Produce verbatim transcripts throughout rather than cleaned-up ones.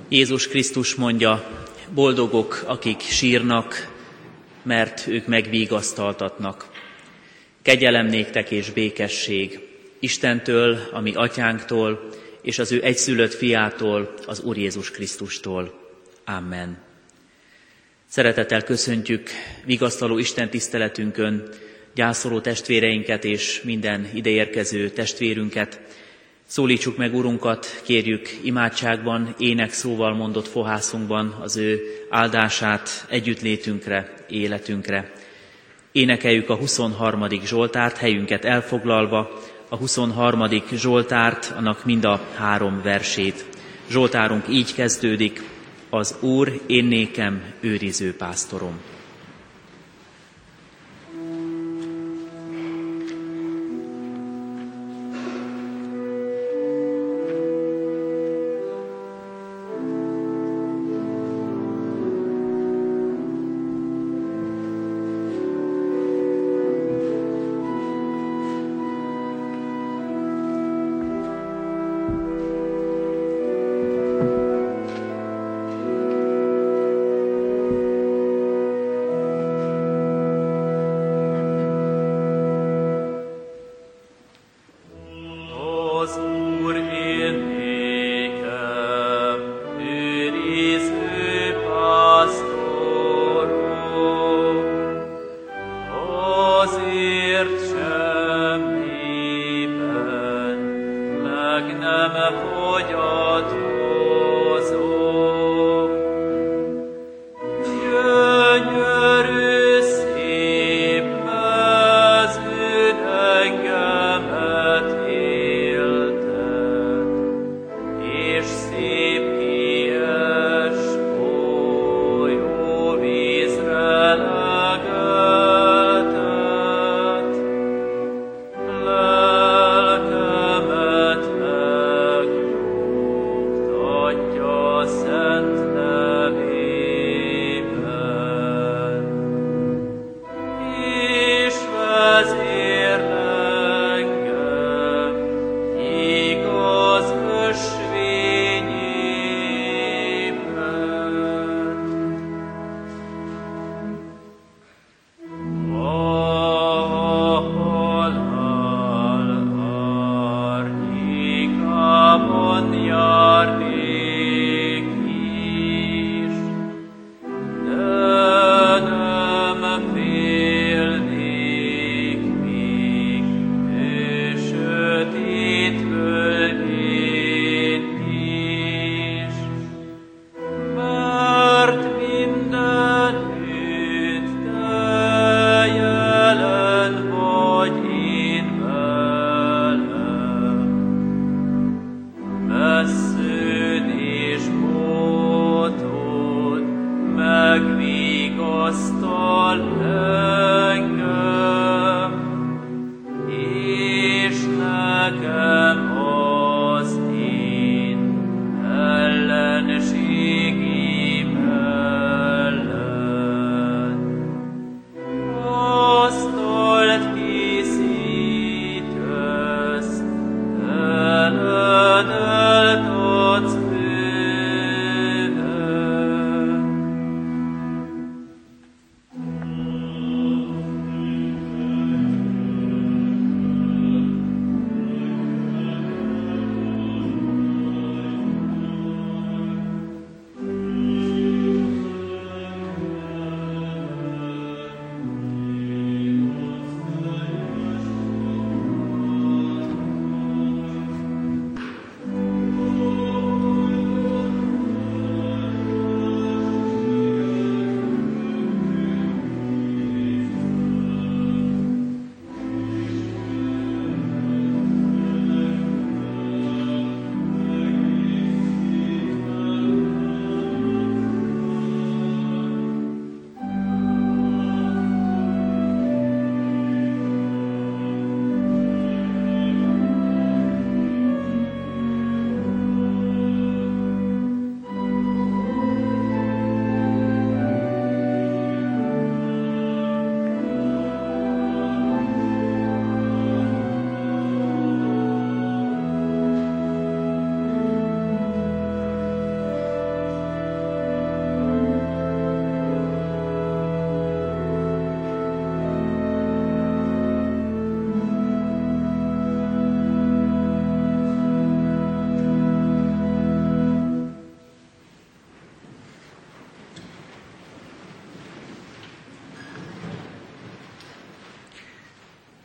Jézus Krisztus mondja, boldogok, akik sírnak, mert ők megvigasztaltatnak. Kegyelem néktek és békesség Istentől, a mi atyánktól, és az ő egyszülött fiától, az Úr Jézus Krisztustól. Amen. Szeretettel köszöntjük vigasztaló Isten tiszteletünkön gyászoló testvéreinket és minden ideérkező testvérünket. Szólítsuk meg Urunkat, kérjük imádságban, énekszóval mondott fohászunkban az ő áldását együttlétünkre, életünkre. Énekeljük a huszonharmadik Zsoltárt, helyünket elfoglalva, a huszonharmadik Zsoltárt, annak mind a három versét. Zsoltárunk így kezdődik: az Úr én nékem őriző pásztorom.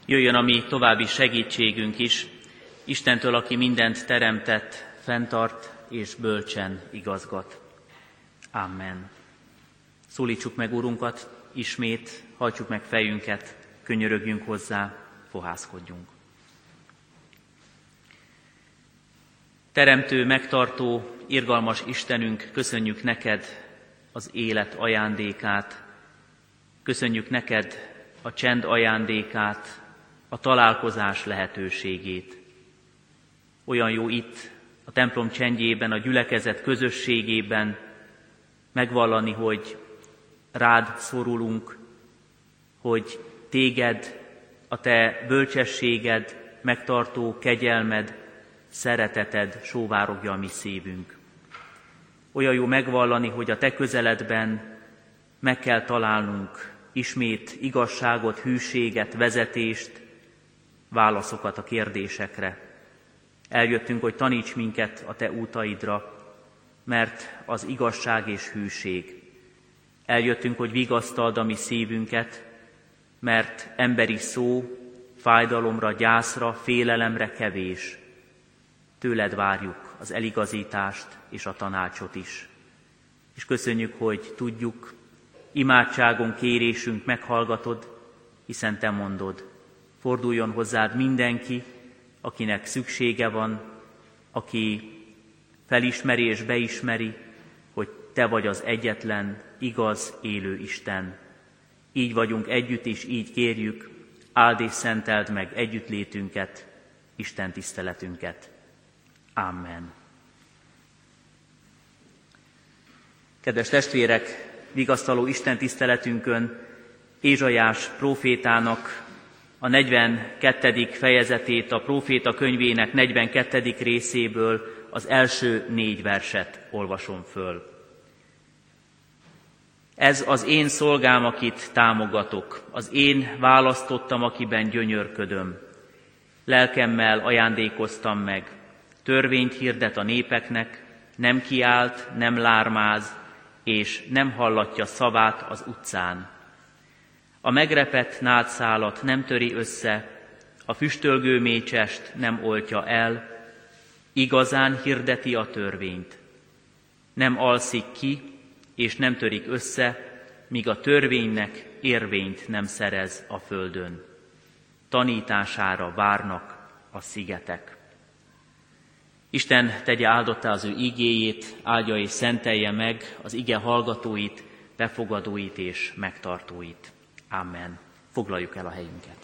Jöjjön a mi további segítségünk is, Istentől, aki mindent teremtett, fenntart és bölcsen igazgat. Amen. Szólítsuk meg Urunkat ismét, hajtsuk meg fejünket, könyörögjünk hozzá, fohászkodjunk. Teremtő, megtartó, irgalmas Istenünk, köszönjük neked az élet ajándékát, köszönjük neked a csend ajándékát, a találkozás lehetőségét. Olyan jó itt, a templom csendjében, a gyülekezet közösségében megvallani, hogy rád szorulunk, hogy téged, a te bölcsességed, megtartó kegyelmed, szereteted sóvárogja a mi szívünk. Olyan jó megvallani, hogy a te közeledben meg kell találnunk ismét igazságot, hűséget, vezetést, válaszokat a kérdésekre. Eljöttünk, hogy taníts minket a te útaidra, mert az igazság és hűség. Eljöttünk, hogy vigasztald a mi szívünket, mert emberi szó fájdalomra, gyászra, félelemre kevés. Tőled várjuk az eligazítást és a tanácsot is. És köszönjük, hogy tudjuk, imádságon, kérésünk meghallgatod, hiszen te mondod, forduljon hozzád mindenki, akinek szüksége van, aki felismeri és beismeri, hogy te vagy az egyetlen, igaz, élő Isten. Így vagyunk együtt, és így kérjük, áld és szenteld meg együttlétünket, Isten tiszteletünket. Amen. Kedves testvérek, vigasztaló Isten tiszteletünkön Ézsaiás prófétának a negyvenkettedik fejezetét, a próféta könyvének negyvenkettedik részéből az első négy verset olvasom föl. Ez az én szolgám, akit támogatok, az én választottam, akiben gyönyörködöm. Lelkemmel ajándékoztam meg, törvényt hirdet a népeknek, nem kiált, nem lármáz, és nem hallatja szavát az utcán. A megrepett nádszálat nem töri össze, a füstölgő mécsest nem oltja el, igazán hirdeti a törvényt. Nem alszik ki, és nem törik össze, míg a törvénynek érvényt nem szerez a földön. Tanítására várnak a szigetek. Isten tegye áldottá az ő igéjét, áldja és szentelje meg az ige hallgatóit, befogadóit és megtartóit. Amen. Foglaljuk el a helyünket.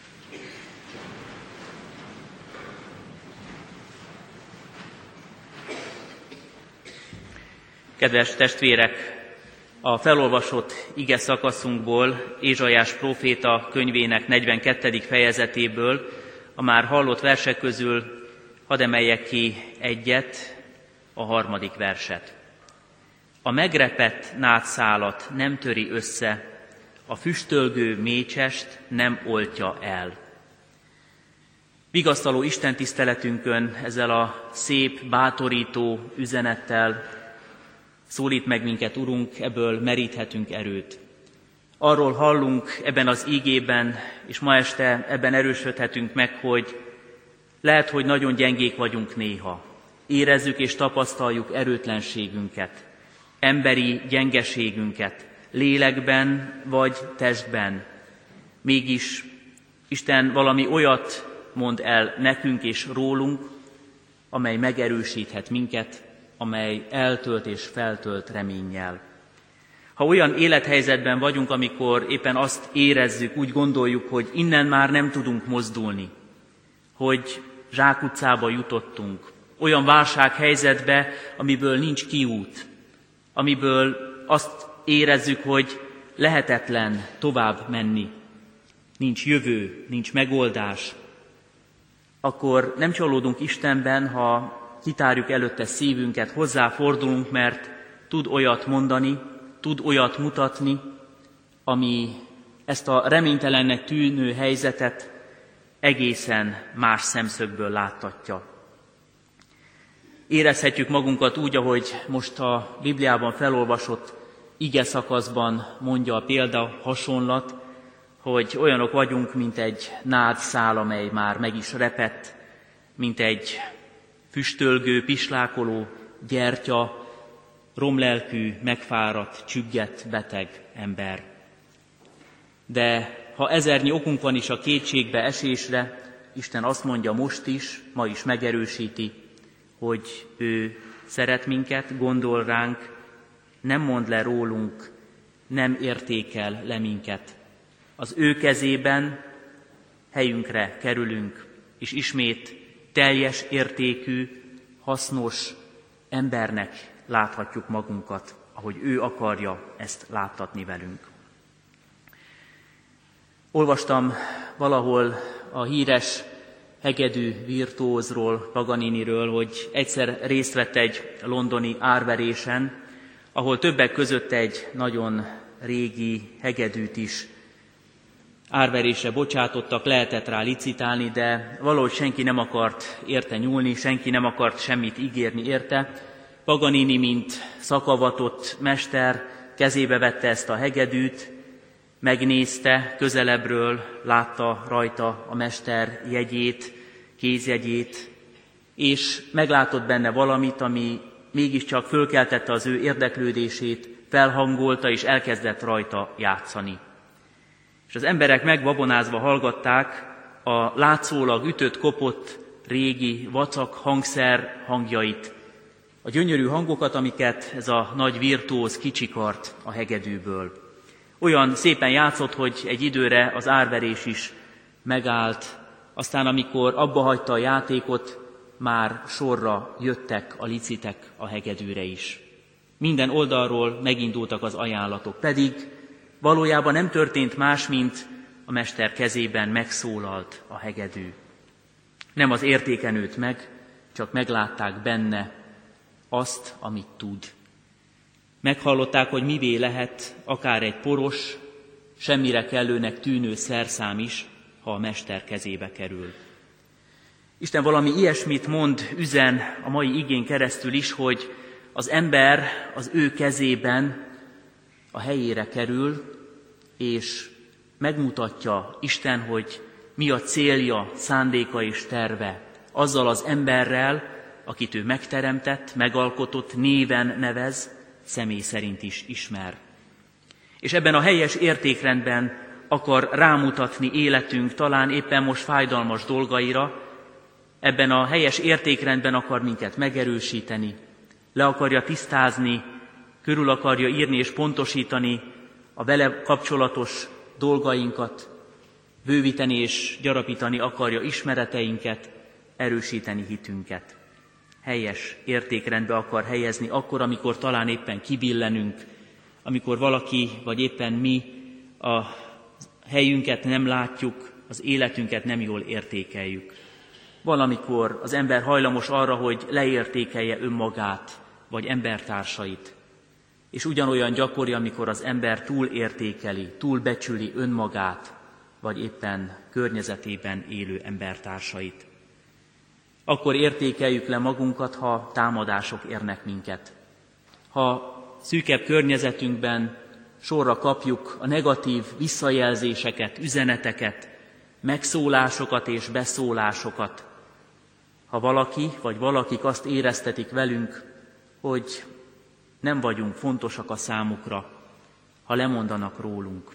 Kedves testvérek, a felolvasott ige szakaszunkból, Ézsaiás próféta könyvének negyvenkettedik fejezetéből, a már hallott versek közül hadd emeljek ki egyet, a harmadik verset. A megrepett nádszálat nem töri össze, a füstölgő mécsest nem oltja el. Vigasztaló Isten tiszteletünkön ezzel a szép, bátorító üzenettel szólít meg minket, Urunk, ebből meríthetünk erőt. Arról hallunk ebben az ígében, és ma este ebben erősödhetünk meg, hogy lehet, hogy nagyon gyengék vagyunk néha. Érezzük és tapasztaljuk erőtlenségünket, emberi gyengeségünket, lélekben vagy testben. Mégis Isten valami olyat mond el nekünk és rólunk, amely megerősíthet minket, amely eltölt és feltölt reménnyel. Ha olyan élethelyzetben vagyunk, amikor éppen azt érezzük, úgy gondoljuk, hogy innen már nem tudunk mozdulni, hogy zsákutcába jutottunk, olyan válsághelyzetbe, amiből nincs kiút, amiből azt érezzük, hogy lehetetlen tovább menni, nincs jövő, nincs megoldás, akkor nem csalódunk Istenben, ha kitárjuk előtte szívünket, hozzáfordulunk, mert tud olyat mondani, tud olyat mutatni, ami ezt a reménytelennek tűnő helyzetet egészen más szemszögből láttatja. Érezhetjük magunkat úgy, ahogy most a Bibliában felolvasott ige szakaszban mondja a példa, hasonlat, hogy olyanok vagyunk, mint egy nádszál, amely már meg is repett, mint egy füstölgő, pislákoló gyertya, romlelkű, megfáradt, csüggett, beteg ember. De ha ezernyi okunk van is a kétségbe esésre, Isten azt mondja most is, ma is megerősíti, hogy ő szeret minket, gondol ránk, nem mond le rólunk, nem értékel le minket. Az ő kezében helyünkre kerülünk, és ismét teljes értékű, hasznos embernek láthatjuk magunkat, ahogy ő akarja ezt láttatni velünk. Olvastam valahol a híres hegedű virtuózról, Paganiniről, hogy egyszer részt vett egy londoni árverésen, ahol többek között egy nagyon régi hegedűt is árverésre bocsátottak, lehetett rá licitálni, de valahogy senki nem akart érte nyúlni, senki nem akart semmit ígérni érte. Paganini, mint szakavatott mester, kezébe vette ezt a hegedűt, megnézte közelebbről, látta rajta a mester jegyét, kézjegyét, és meglátott benne valamit, ami mégiscsak fölkeltette az ő érdeklődését, felhangolta és elkezdett rajta játszani. És az emberek megbabonázva hallgatták a látszólag ütött, kopott, régi, vacak hangszer hangjait, a gyönyörű hangokat, amiket ez a nagy virtuóz kicsikart a hegedűből. Olyan szépen játszott, hogy egy időre az árverés is megállt, aztán amikor abba hagyta a játékot, már sorra jöttek a licitek a hegedűre is. Minden oldalról megindultak az ajánlatok, pedig valójában nem történt más, mint a mester kezében megszólalt a hegedű. Nem az értéken nőtt meg, csak meglátták benne azt, amit tud. Meghallották, hogy mivé lehet akár egy poros, semmire kellőnek tűnő szerszám is, ha a mester kezébe kerül. Isten valami ilyesmit mond, üzen a mai igén keresztül is, hogy az ember az ő kezében a helyére kerül, és megmutatja Isten, hogy mi a célja, szándéka és terve azzal az emberrel, akit ő megteremtett, megalkotott, néven nevez, személy szerint is ismer. És ebben a helyes értékrendben akar rámutatni életünk talán éppen most fájdalmas dolgaira, ebben a helyes értékrendben akar minket megerősíteni, le akarja tisztázni, körül akarja írni és pontosítani a vele kapcsolatos dolgainkat, bővíteni és gyarapítani akarja ismereteinket, erősíteni hitünket. Helyes értékrendbe akar helyezni akkor, amikor talán éppen kibillenünk, amikor valaki, vagy éppen mi a helyünket nem látjuk, az életünket nem jól értékeljük. Valamikor az ember hajlamos arra, hogy leértékelje önmagát, vagy embertársait. És ugyanolyan gyakori, amikor az ember túlértékeli, túlbecsüli önmagát, vagy éppen környezetében élő embertársait. Akkor értékeljük le magunkat, ha támadások érnek minket. Ha szűkebb környezetünkben sorra kapjuk a negatív visszajelzéseket, üzeneteket, megszólásokat és beszólásokat, ha valaki vagy valakik azt éreztetik velünk, hogy nem vagyunk fontosak a számukra, ha lemondanak rólunk.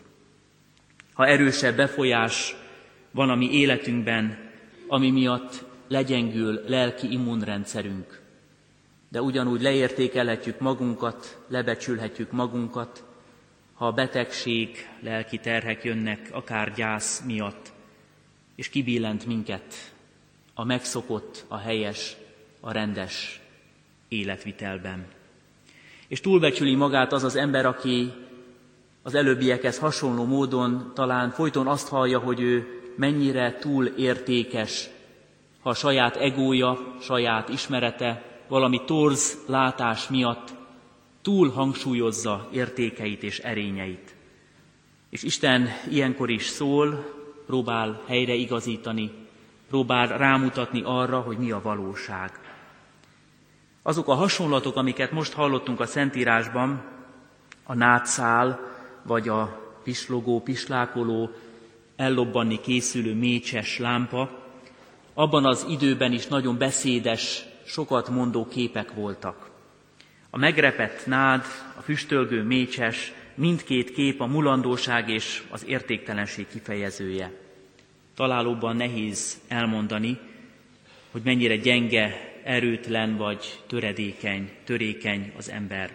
Ha erősebb befolyás van a mi életünkben, ami miatt legyengül lelki immunrendszerünk, de ugyanúgy leértékelhetjük magunkat, lebecsülhetjük magunkat, ha a betegség, lelki terhek jönnek, akár gyász miatt, és kibillent minket a megszokott, a helyes, a rendes életvitelben. És túlbecsüli magát az az ember, aki az előbbiekhez hasonló módon talán folyton azt hallja, hogy ő mennyire túl értékes, ha a saját egója, saját ismerete, valami torz látás miatt túl hangsúlyozza értékeit és erényeit. És Isten ilyenkor is szól, próbál helyreigazítani, próbál rámutatni arra, hogy mi a valóság. Azok a hasonlatok, amiket most hallottunk a Szentírásban, a nádszál, vagy a pislogó, pislákoló ellobbanni készülő mécses lámpa, abban az időben is nagyon beszédes, sokat mondó képek voltak. A megrepett nád, a füstölgő mécses, mindkét kép a mulandóság és az értéktelenség kifejezője. Találóban nehéz elmondani, hogy mennyire gyenge, erőtlen vagy töredékeny, törékeny az ember.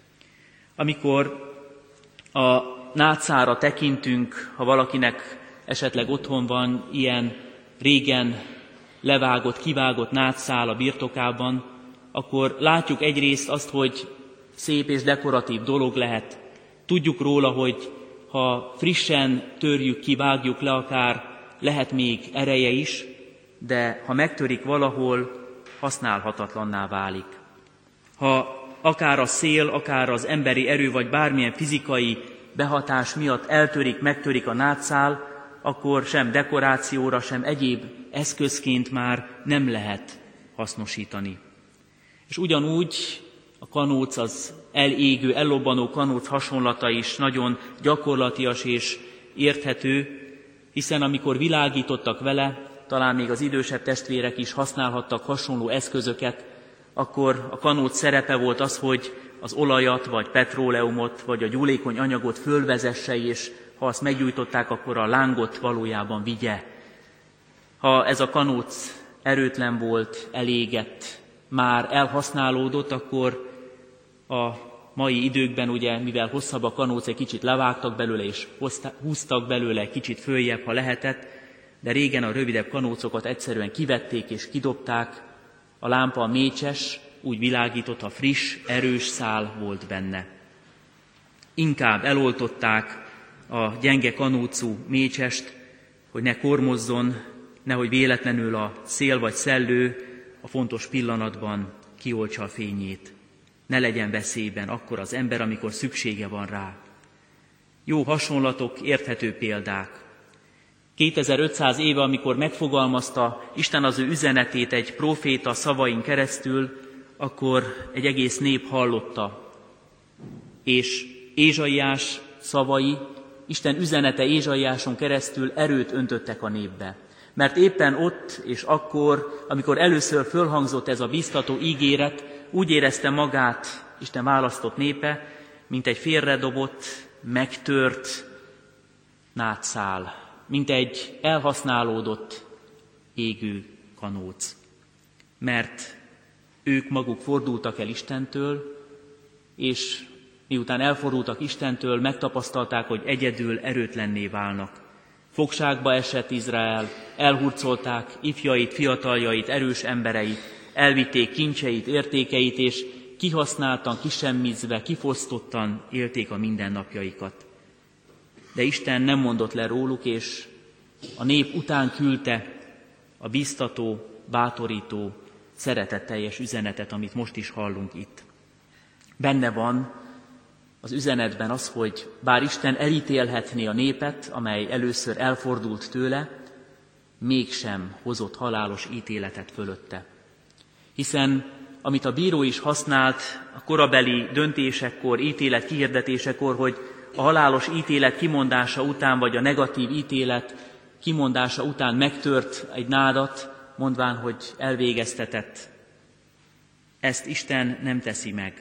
Amikor a nádszára tekintünk, ha valakinek esetleg otthon van ilyen régen levágott, kivágott nádszál a birtokában, akkor látjuk egyrészt azt, hogy szép és dekoratív dolog lehet. Tudjuk róla, hogy ha frissen törjük ki, vágjuk le, akár lehet még ereje is, de ha megtörik valahol, használhatatlanná válik. Ha akár a szél, akár az emberi erő, vagy bármilyen fizikai behatás miatt eltörik, megtörik a nádszál, akkor sem dekorációra, sem egyéb eszközként már nem lehet hasznosítani. És ugyanúgy a kanóc, az elégő, ellobbanó kanóc hasonlata is nagyon gyakorlatias és érthető, hiszen amikor világítottak vele, talán még az idősebb testvérek is használhattak hasonló eszközöket, akkor a kanóc szerepe volt az, hogy az olajat, vagy petróleumot, vagy a gyúlékony anyagot fölvezesse, és ha azt meggyújtották, akkor a lángot valójában vigye. Ha ez a kanóc erőtlen volt, elégett, már elhasználódott, akkor a mai időkben, ugye, mivel hosszabb a kanóc, egy kicsit levágtak belőle, és húztak belőle egy kicsit följebb, ha lehetett, de régen a rövidebb kanócokat egyszerűen kivették és kidobták, a lámpa a mécses, úgy világított, ha friss, erős szál volt benne. Inkább eloltották a gyenge kanócú mécsest, hogy ne kormozzon, nehogy véletlenül a szél vagy szellő a fontos pillanatban kioltsa a fényét. Ne legyen veszélyben akkor az ember, amikor szüksége van rá. Jó hasonlatok, érthető példák. kétezer-ötszáz éve, amikor megfogalmazta Isten az ő üzenetét egy próféta szavain keresztül, akkor egy egész nép hallotta. És Ézsaiás szavai, Isten üzenete Ézsaiáson keresztül erőt öntöttek a népbe. Mert éppen ott és akkor, amikor először fölhangzott ez a biztató ígéret, úgy érezte magát Isten választott népe, mint egy félredobott, megtört nádszál, mint egy elhasználódott, égő kanóc. Mert ők maguk fordultak el Istentől, és miután elfordultak Istentől, megtapasztalták, hogy egyedül erőtlenné válnak. Fogságba esett Izrael, elhurcolták ifjait, fiataljait, erős embereit, elvitték kincseit, értékeit, és kihasználtan, kisemmizve, kifosztottan élték a mindennapjaikat. De Isten nem mondott le róluk, és a nép után küldte a biztató, bátorító, szeretetteljes üzenetet, amit most is hallunk itt. Benne van az üzenetben az, hogy bár Isten elítélhetné a népet, amely először elfordult tőle, mégsem hozott halálos ítéletet fölötte. Hiszen amit a bíró is használt a korabeli döntésekkor, ítélet kihirdetésekor, hogy a halálos ítélet kimondása után, vagy a negatív ítélet kimondása után megtört egy nádat, mondván, hogy elvégeztetett. Ezt Isten nem teszi meg.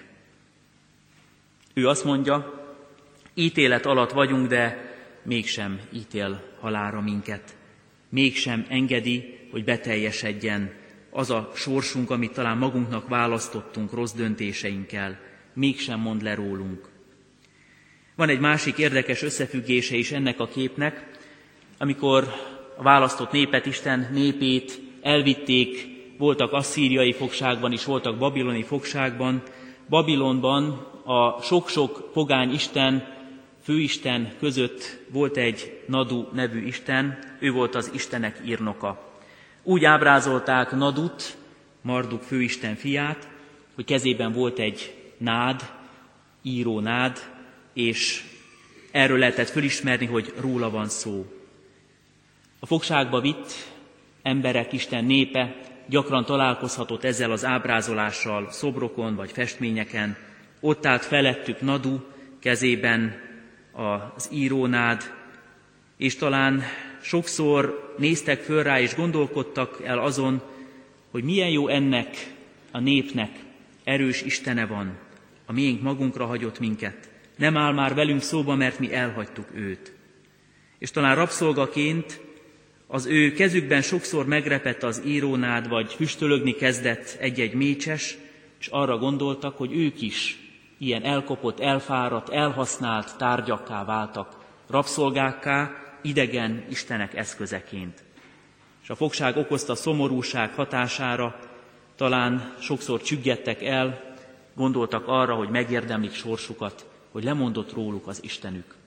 Ő azt mondja, ítélet alatt vagyunk, de mégsem ítél halálra minket. Mégsem engedi, hogy beteljesedjen az a sorsunk, amit talán magunknak választottunk rossz döntéseinkkel. Mégsem mond le rólunk. Van egy másik érdekes összefüggése is ennek a képnek, amikor a választott népet, Isten népét elvitték, voltak asszíriai fogságban is, voltak babiloni fogságban. Babilonban a sok-sok pogány isten, főisten között volt egy Nadu nevű isten, ő volt az istenek írnoka. Úgy ábrázolták Nadut, Marduk főisten fiát, hogy kezében volt egy nád, író nád, és erről lehetett fölismerni, hogy róla van szó. A fogságba vitt emberek, Isten népe gyakran találkozhatott ezzel az ábrázolással szobrokon vagy festményeken. Ott állt felettük Nadu, kezében az írónád, és talán sokszor néztek föl rá és gondolkodtak el azon, hogy milyen jó ennek a népnek erős Istene van, a miénk magunkra hagyott minket. Nem áll már velünk szóba, mert mi elhagytuk őt. És talán rabszolgaként az ő kezükben sokszor megrepett az írónád, vagy füstölögni kezdett egy-egy mécses, és arra gondoltak, hogy ők is ilyen elkopott, elfáradt, elhasznált tárgyakká váltak, rabszolgákká, idegen istenek eszközeként. És a fogság okozta szomorúság hatására talán sokszor csüggedtek el, gondoltak arra, hogy megérdemlik sorsukat, hogy lemondott róluk az Istenük.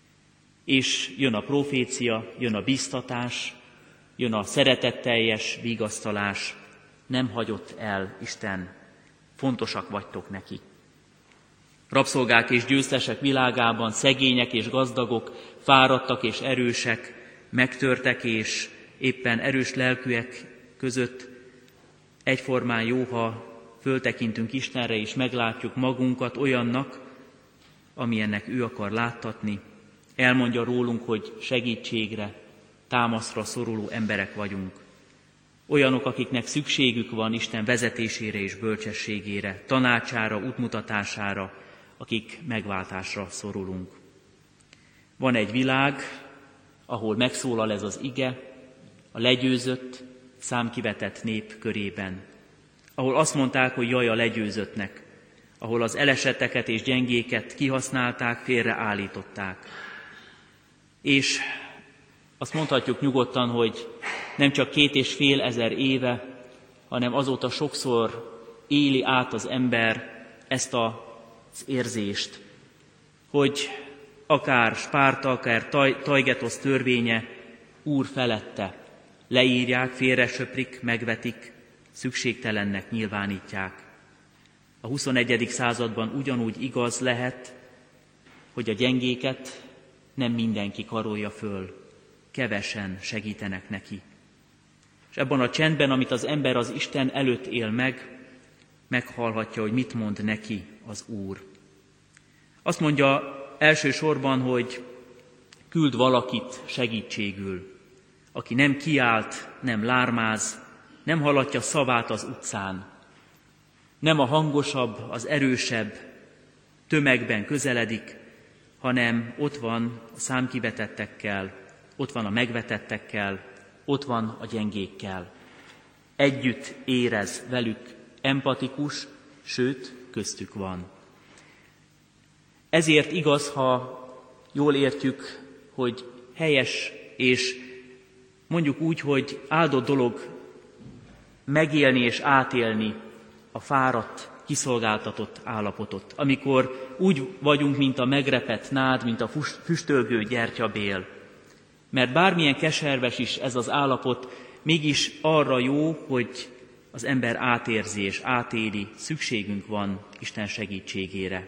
És jön a profécia, jön a bíztatás, jön a szeretetteljes vigasztalás, nem hagyott el Isten, fontosak vagytok neki. Rabszolgák és győztesek világában szegények és gazdagok, fáradtak és erősek, megtörtek és éppen erős lelkűek között egyformán jó, ha föltekintünk Istenre és meglátjuk magunkat olyannak, amilyennek ő akar láttatni. Elmondja rólunk, hogy segítségre, támaszra szoruló emberek vagyunk. Olyanok, akiknek szükségük van Isten vezetésére és bölcsességére, tanácsára, útmutatására, akik megváltásra szorulunk. Van egy világ, ahol megszólal ez az ige, a legyőzött, számkivetett nép körében. Ahol azt mondták, hogy jaj a legyőzöttnek, ahol az elesetteket és gyengéket kihasználták, félreállították. És azt mondhatjuk nyugodtan, hogy nem csak két és fél ezer éve, hanem azóta sokszor éli át az ember ezt az érzést, hogy akár Spárta, akár Tajgetosz törvénye úr felette leírják, félresöprik, megvetik, szükségtelennek nyilvánítják. A huszonegyedik században ugyanúgy igaz lehet, hogy a gyengéket nem mindenki karolja föl, kevesen segítenek neki. És ebben a csendben, amit az ember az Isten előtt él meg, meghallhatja, hogy mit mond neki az Úr. Azt mondja elsősorban, hogy küld valakit segítségül, aki nem kiált, nem lármáz, nem hallatja szavát az utcán, nem a hangosabb, az erősebb tömegben közeledik, hanem ott van a számkivetettekkel, ott van a megvetettekkel, ott van a gyengékkel. Együtt érez velük, empatikus, sőt, köztük van. Ezért igaz, ha jól értjük, hogy helyes és mondjuk úgy, hogy áldott dolog megélni és átélni a fáradt, kiszolgáltatott állapotot. Amikor úgy vagyunk, mint a megrepett nád, mint a füstölgő gyertyabél. Mert bármilyen keserves is ez az állapot, mégis arra jó, hogy az ember átérzi és átéli, szükségünk van Isten segítségére.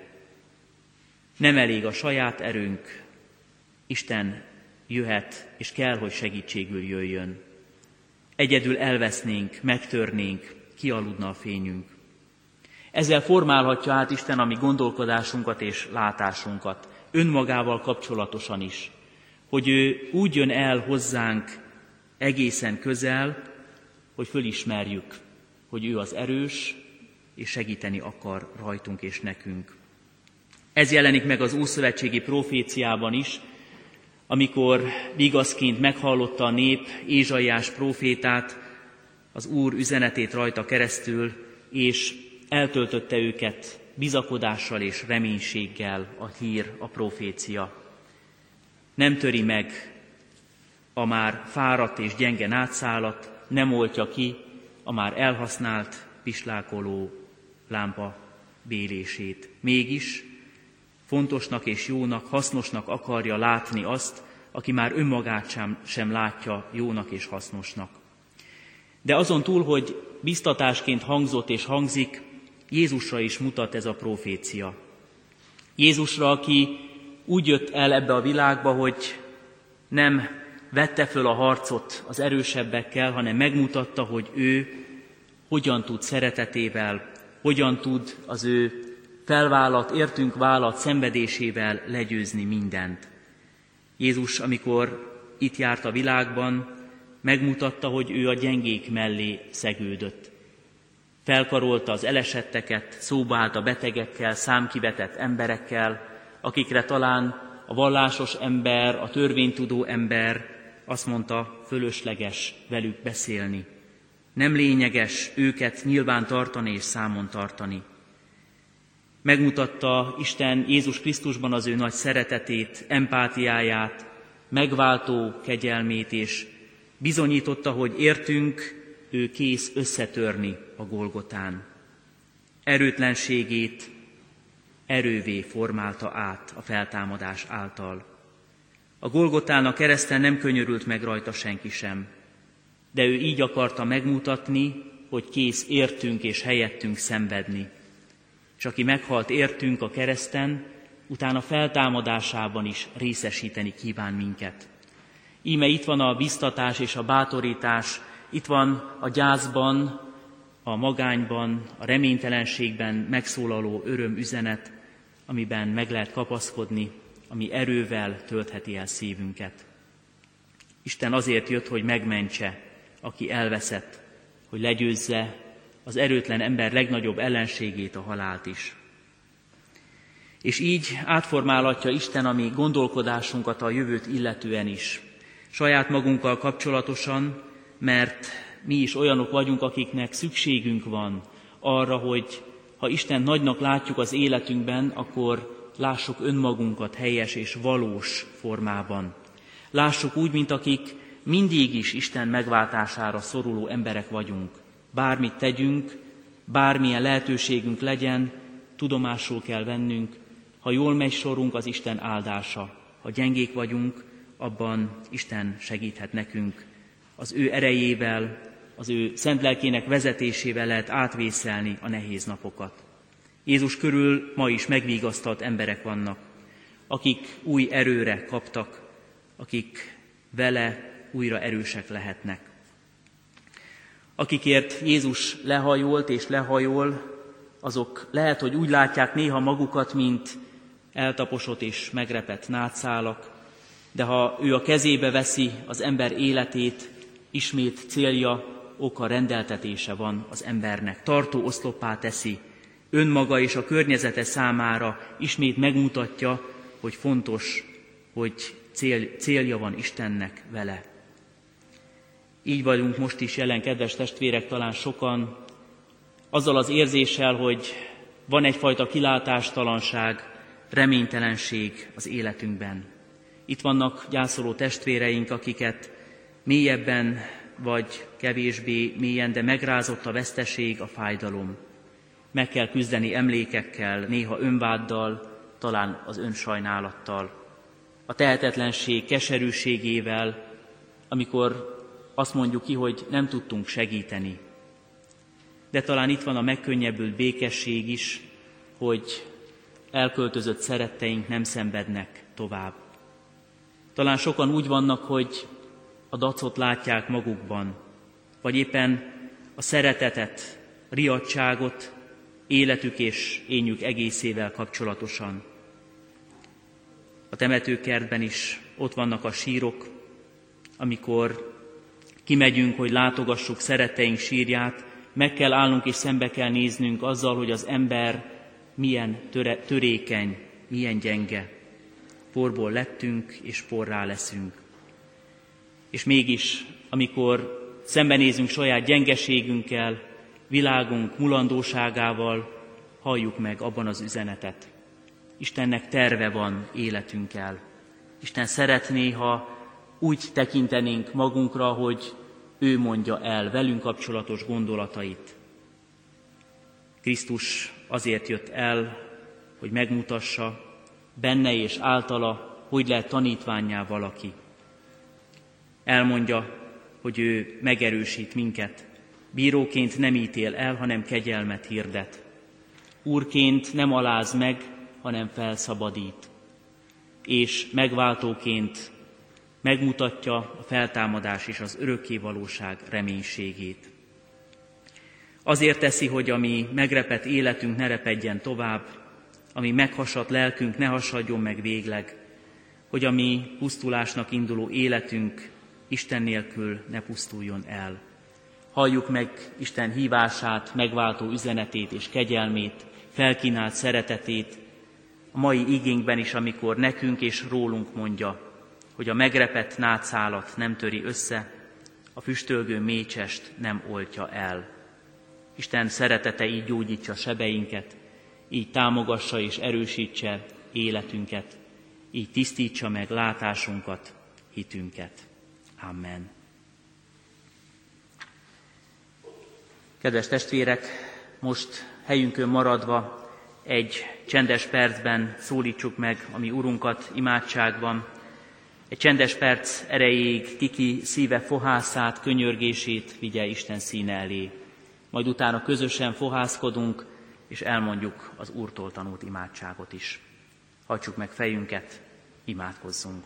Nem elég a saját erőnk, Isten jöhet, és kell, hogy segítségül jöjjön. Egyedül elvesznénk, megtörnénk, kialudna a fényünk. Ezzel formálhatja át Isten a mi gondolkodásunkat és látásunkat, önmagával kapcsolatosan is, hogy ő úgy jön el hozzánk egészen közel, hogy fölismerjük, hogy ő az erős, és segíteni akar rajtunk és nekünk. Ez jelenik meg az ószövetségi proféciában is, amikor vigaszként meghallotta a nép Ézsaiás prófétát, az Úr üzenetét rajta keresztül, és eltöltötte őket bizakodással és reménységgel a hír, a profécia. Nem töri meg a már fáradt és gyenge nátszálat, nem oltja ki a már elhasznált, pislákoló lámpa bélését. Mégis fontosnak és jónak, hasznosnak akarja látni azt, aki már önmagát sem, sem látja jónak és hasznosnak. De azon túl, hogy biztatásként hangzott és hangzik, Jézusra is mutat ez a profécia. Jézusra, aki úgy jött el ebbe a világba, hogy nem vette föl a harcot az erősebbekkel, hanem megmutatta, hogy ő hogyan tud szeretetével, hogyan tud az ő felvállalt, értünk vállalt szenvedésével legyőzni mindent. Jézus, amikor itt járt a világban, megmutatta, hogy ő a gyengék mellé szegődött. Felkarolta az elesetteket, szóba állt a betegekkel, számkivetett emberekkel, akikre talán a vallásos ember, a törvénytudó ember azt mondta, fölösleges velük beszélni. Nem lényeges őket nyilván tartani és számon tartani. Megmutatta Isten Jézus Krisztusban az ő nagy szeretetét, empátiáját, megváltó kegyelmét, és bizonyította, hogy értünk, ő kész összetörni a Golgotán. Erőtlenségét erővé formálta át a feltámadás által. A Golgotán, a kereszten nem könyörült meg rajta senki sem, de ő így akarta megmutatni, hogy kész értünk és helyettünk szenvedni. És aki meghalt értünk a kereszten, utána feltámadásában is részesíteni kíván minket. Íme itt van a biztatás és a bátorítás, itt van a gyászban, a magányban, a reménytelenségben megszólaló örömüzenet, amiben meg lehet kapaszkodni, ami erővel töltheti el szívünket. Isten azért jött, hogy megmentse, aki elveszett, hogy legyőzze az erőtlen ember legnagyobb ellenségét, a halált is. És így átformálhatja Isten a mi gondolkodásunkat a jövőt illetően is. Saját magunkkal kapcsolatosan, mert mi is olyanok vagyunk, akiknek szükségünk van arra, hogy ha Isten nagynak látjuk az életünkben, akkor lássuk önmagunkat helyes és valós formában. Lássuk úgy, mint akik mindig is Isten megváltására szoruló emberek vagyunk. Bármit tegyünk, bármilyen lehetőségünk legyen, tudomásul kell vennünk, ha jól megy sorunk, az Isten áldása. Ha gyengék vagyunk, abban Isten segíthet nekünk. Az ő erejével, az ő szent lelkének vezetésével lehet átvészelni a nehéz napokat. Jézus körül ma is megvigasztalt emberek vannak, akik új erőre kaptak, akik vele újra erősek lehetnek. Akikért Jézus lehajolt és lehajol, azok lehet, hogy úgy látják néha magukat, mint eltaposott és megrepett nátszálak, de ha ő a kezébe veszi az ember életét, ismét célja, oka, rendeltetése van az embernek. Tartó oszloppá teszi, önmaga és a környezete számára ismét megmutatja, hogy fontos, hogy cél, célja van Istennek vele. Így vagyunk most is jelen, kedves testvérek, talán sokan, azzal az érzéssel, hogy van egyfajta kilátástalanság, reménytelenség az életünkben. Itt vannak gyászoló testvéreink, akiket mélyebben vagy kevésbé mélyen, de megrázott a veszteség, a fájdalom. Meg kell küzdeni emlékekkel, néha önváddal, talán az önsajnálattal. A tehetetlenség keserűségével, amikor azt mondjuk ki, hogy nem tudtunk segíteni. De talán itt van a megkönnyebbült békesség is, hogy elköltözött szeretteink nem szenvednek tovább. Talán sokan úgy vannak, hogy a dacot látják magukban, vagy éppen a szeretetet, a riadtságot életük és énjük egészével kapcsolatosan. A temetőkertben is ott vannak a sírok, amikor kimegyünk, hogy látogassuk szeretteink sírját, meg kell állnunk és szembe kell néznünk azzal, hogy az ember milyen töre, törékeny, milyen gyenge. Porból lettünk, és porrá leszünk. És mégis, amikor szembenézünk saját gyengeségünkkel, világunk mulandóságával, halljuk meg abban az üzenetet. Istennek terve van életünkkel. Isten szeretné, ha úgy tekintenénk magunkra, hogy ő mondja el velünk kapcsolatos gondolatait. Krisztus azért jött el, hogy megmutassa, benne és általa, hogy lehet tanítvánnyá valaki. Elmondja, hogy ő megerősít minket. Bíróként nem ítél el, hanem kegyelmet hirdet. Úrként nem aláz meg, hanem felszabadít. És megváltóként megmutatja a feltámadás és az örökké valóság reménységét. Azért teszi, hogy a mi megrepett életünk ne repedjen tovább, ami meghasadt lelkünk ne hasadjon meg végleg, hogy a mi pusztulásnak induló életünk Isten nélkül ne pusztuljon el. Halljuk meg Isten hívását, megváltó üzenetét és kegyelmét, felkínált szeretetét a mai igénkben is, amikor nekünk és rólunk mondja, hogy a megrepett nátszálat nem töri össze, a füstölgő mécsest nem oltja el. Isten szeretete így gyógyítsa sebeinket, így támogassa és erősítse életünket, így tisztítsa meg látásunkat, hitünket. Amen. Kedves testvérek, most helyünkön maradva egy csendes percben szólítsuk meg a mi Urunkat imádságban. Egy csendes perc erejéig kiki szíve fohászát, könyörgését vigye Isten színe elé. Majd utána közösen fohászkodunk, és elmondjuk az Úrtól tanult imádságot is. Hajtsuk meg fejünket, imádkozzunk.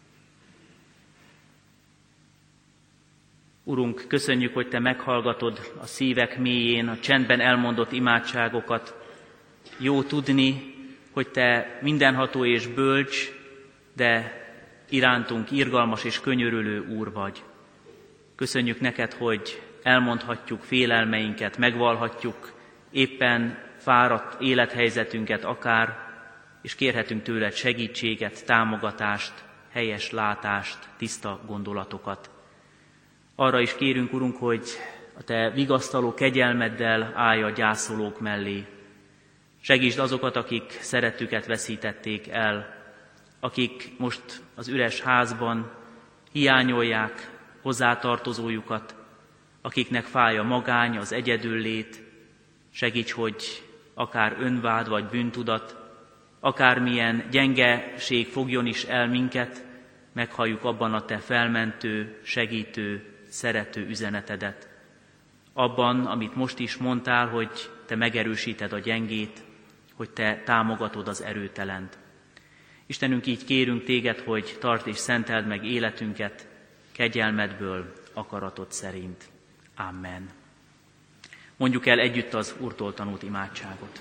Urunk, köszönjük, hogy Te meghallgatod a szívek mélyén a csendben elmondott imádságokat. Jó tudni, hogy Te mindenható és bölcs, de irántunk irgalmas és könyörülő Úr vagy. Köszönjük neked, hogy elmondhatjuk félelmeinket, megvalhatjuk éppen fáradt élethelyzetünket akár, és kérhetünk tőled segítséget, támogatást, helyes látást, tiszta gondolatokat. Arra is kérünk, Urunk, hogy a Te vigasztaló kegyelmeddel állj a gyászolók mellé. Segítsd azokat, akik szerettüket veszítették el, akik most az üres házban hiányolják hozzátartozójukat, akiknek fáj a magány, az egyedüllét. Segíts, hogy akár önvád vagy bűntudat, akármilyen gyengeség fogjon is el minket, meghalljuk abban a Te felmentő, segítő, szerető üzenetedet. Abban, amit most is mondtál, hogy Te megerősíted a gyengét, hogy Te támogatod az erőtelent. Istenünk, így kérünk Téged, hogy tartsd és szenteld meg életünket kegyelmedből, akaratod szerint. Amen. Mondjuk el együtt az Úrtól tanult imádságot.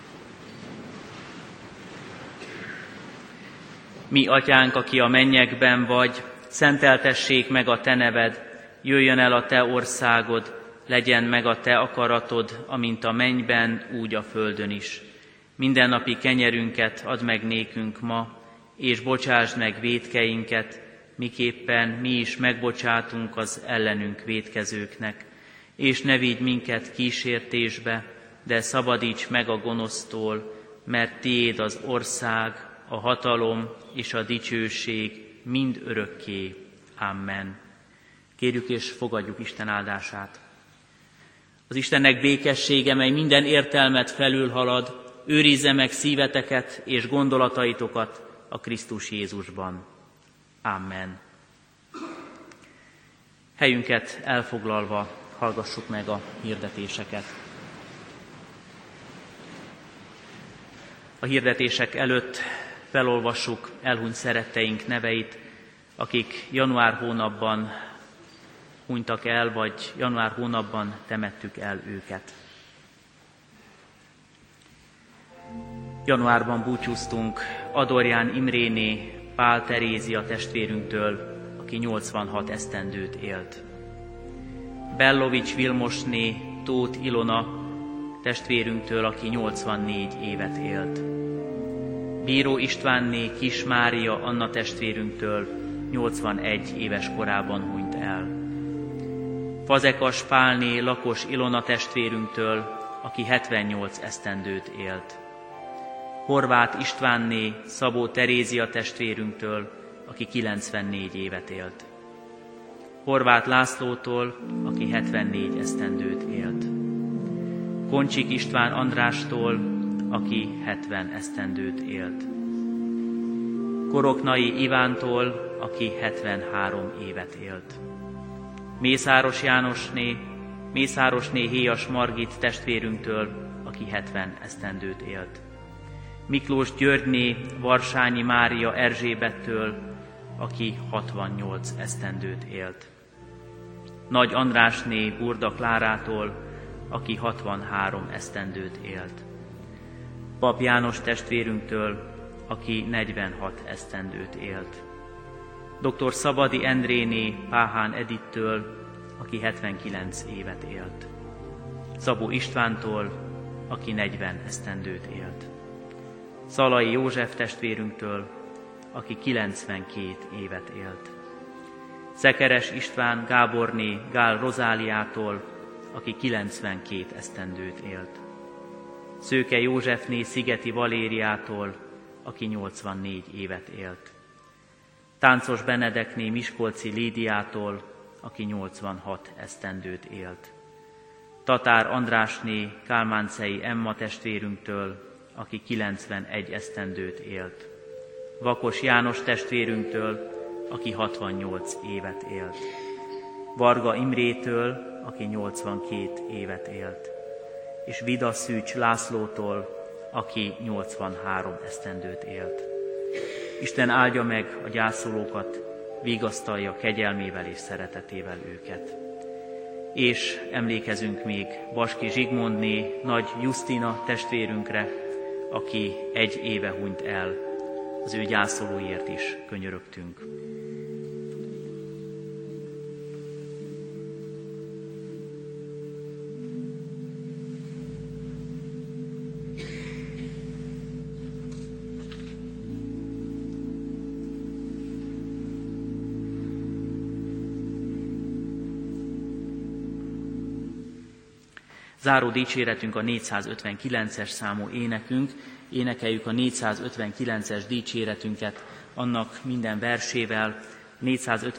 Mi, Atyánk, aki a mennyekben vagy, szenteltessék meg a Te neved, jöjjön el a Te országod, legyen meg a Te akaratod, amint a mennyben, úgy a földön is. Mindennapi kenyerünket add meg nékünk ma, és bocsásd meg vétkeinket, miképpen mi is megbocsátunk az ellenünk vétkezőknek. És ne vigy minket kísértésbe, de szabadíts meg a gonosztól, mert Tiéd az ország, a hatalom és a dicsőség mind örökké. Amen. Kérjük és fogadjuk Isten áldását. Az Istennek békessége, mely minden értelmet felülhalad, őrizze meg szíveteket és gondolataitokat a Krisztus Jézusban. Amen. Helyünket elfoglalva hallgassuk meg a hirdetéseket. A hirdetések előtt felolvassuk elhunyt szeretteink neveit, akik január hónapban hunytak el, vagy január hónapban temettük el őket. Januárban búcsúztunk Adorján Imréné Pál Terézia testvérünktől, aki nyolcvanhat esztendőt élt. Bellovics Vilmosné Tóth Ilona testvérünktől, aki nyolcvannégy évet élt. Bíró Istvánné Kis Mária Anna testvérünktől nyolcvanegy éves korában hunyt el. Fazekas Pálné Lakos Ilona testvérünktől, aki hetvennyolc esztendőt élt. Horváth Istvánné Szabó Terézia testvérünktől, aki kilencvennégy évet élt. Horváth Lászlótól, aki hetvennégy esztendőt élt. Koncsik István Andrástól, aki hetven esztendőt élt. Koroknai Ivántól, aki hetvenhárom évet élt. Mészáros Jánosné, Mészárosné Héjas Margit testvérünktől, aki hetven esztendőt élt. Miklós Györgyné Varsányi Mária Erzsébettől, aki hatvannyolc esztendőt élt. Nagy Andrásné Burda Klárától, aki hatvanhárom esztendőt élt. Pap János testvérünktől, aki negyvenhat esztendőt élt. doktor Szabadi Endréné Páhán Edittől, aki hetvenkilenc évet élt. Szabó Istvántól, aki negyven esztendőt élt. Szalai József testvérünktől, aki kilencvenkét évet élt. Szekeres István Gáborné Gál Rozáliától, aki kilencvenkét esztendőt élt. Szőke Józsefné Szigeti Valériától, aki nyolcvannégy évet élt. Táncos Benedekné Miskolci Lídiától, aki nyolcvanhat esztendőt élt. Tatár Andrásné Kálmáncei Emma testvérünktől, aki kilencvenegy esztendőt élt. Vakos János testvérünktől, aki hatvannyolc évet élt. Varga Imrétől, aki nyolcvankét évet élt. És Vida Szűcs Lászlótól, aki nyolcvanhárom esztendőt élt. Isten áldja meg a gyászolókat, vigasztalja kegyelmével és szeretetével őket. És emlékezünk még Baski Zsigmondné Nagy Jusztina testvérünkre, aki egy éve hunyt el. Az ő gyászolóért is könyörögtünk. Záró dicséretünk a négyszázötvenkilences számú énekünk. Énekeljük a négyszázötvenkilences dicséretünket annak minden versével.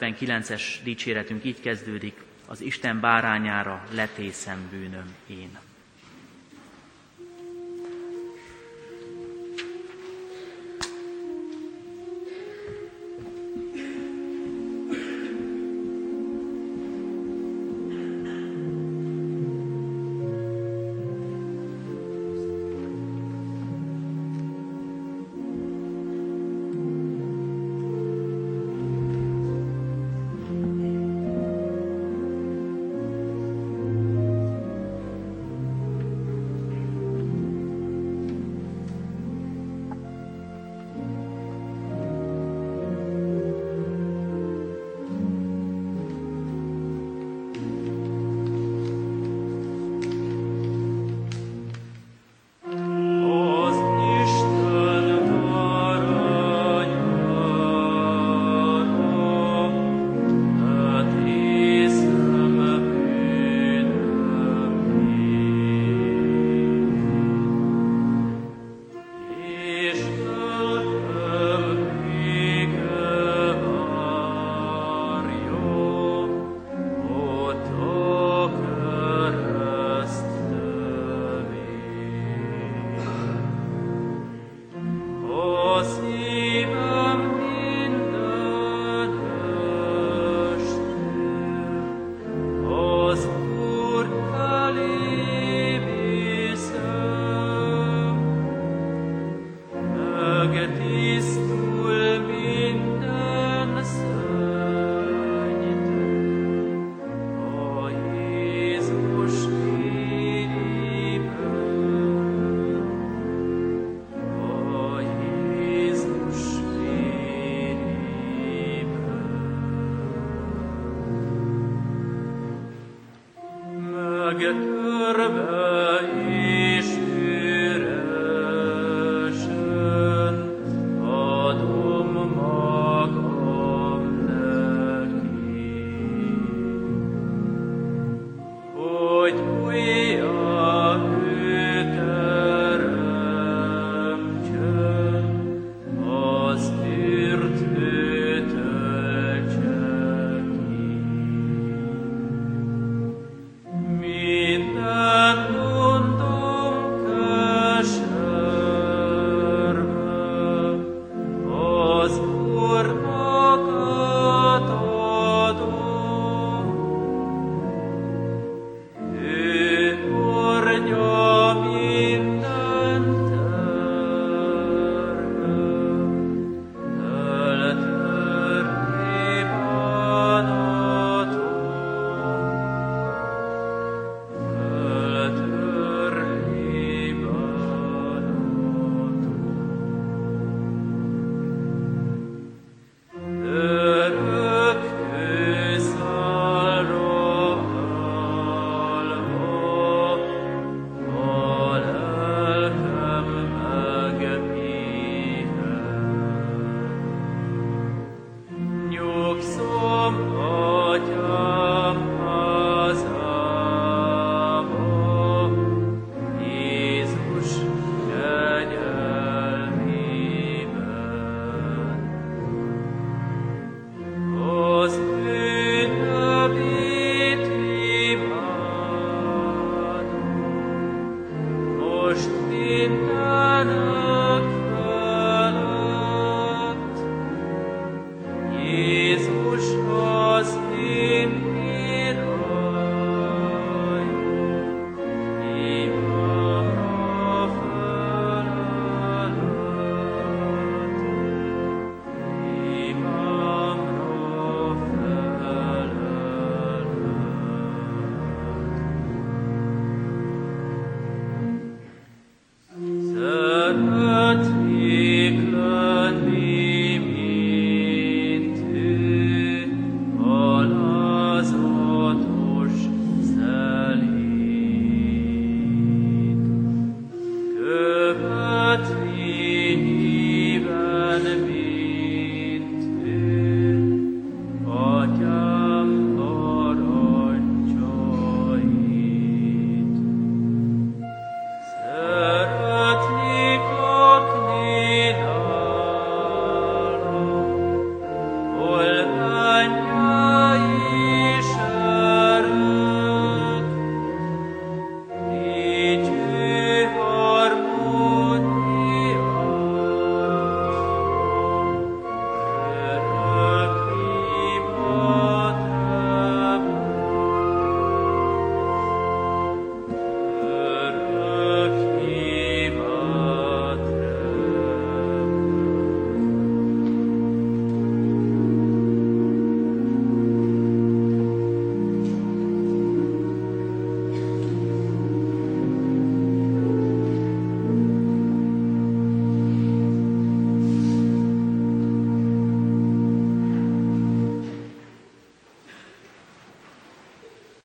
négyszázötvenkilences dicséretünk így kezdődik: az Isten bárányára letészem bűnöm én.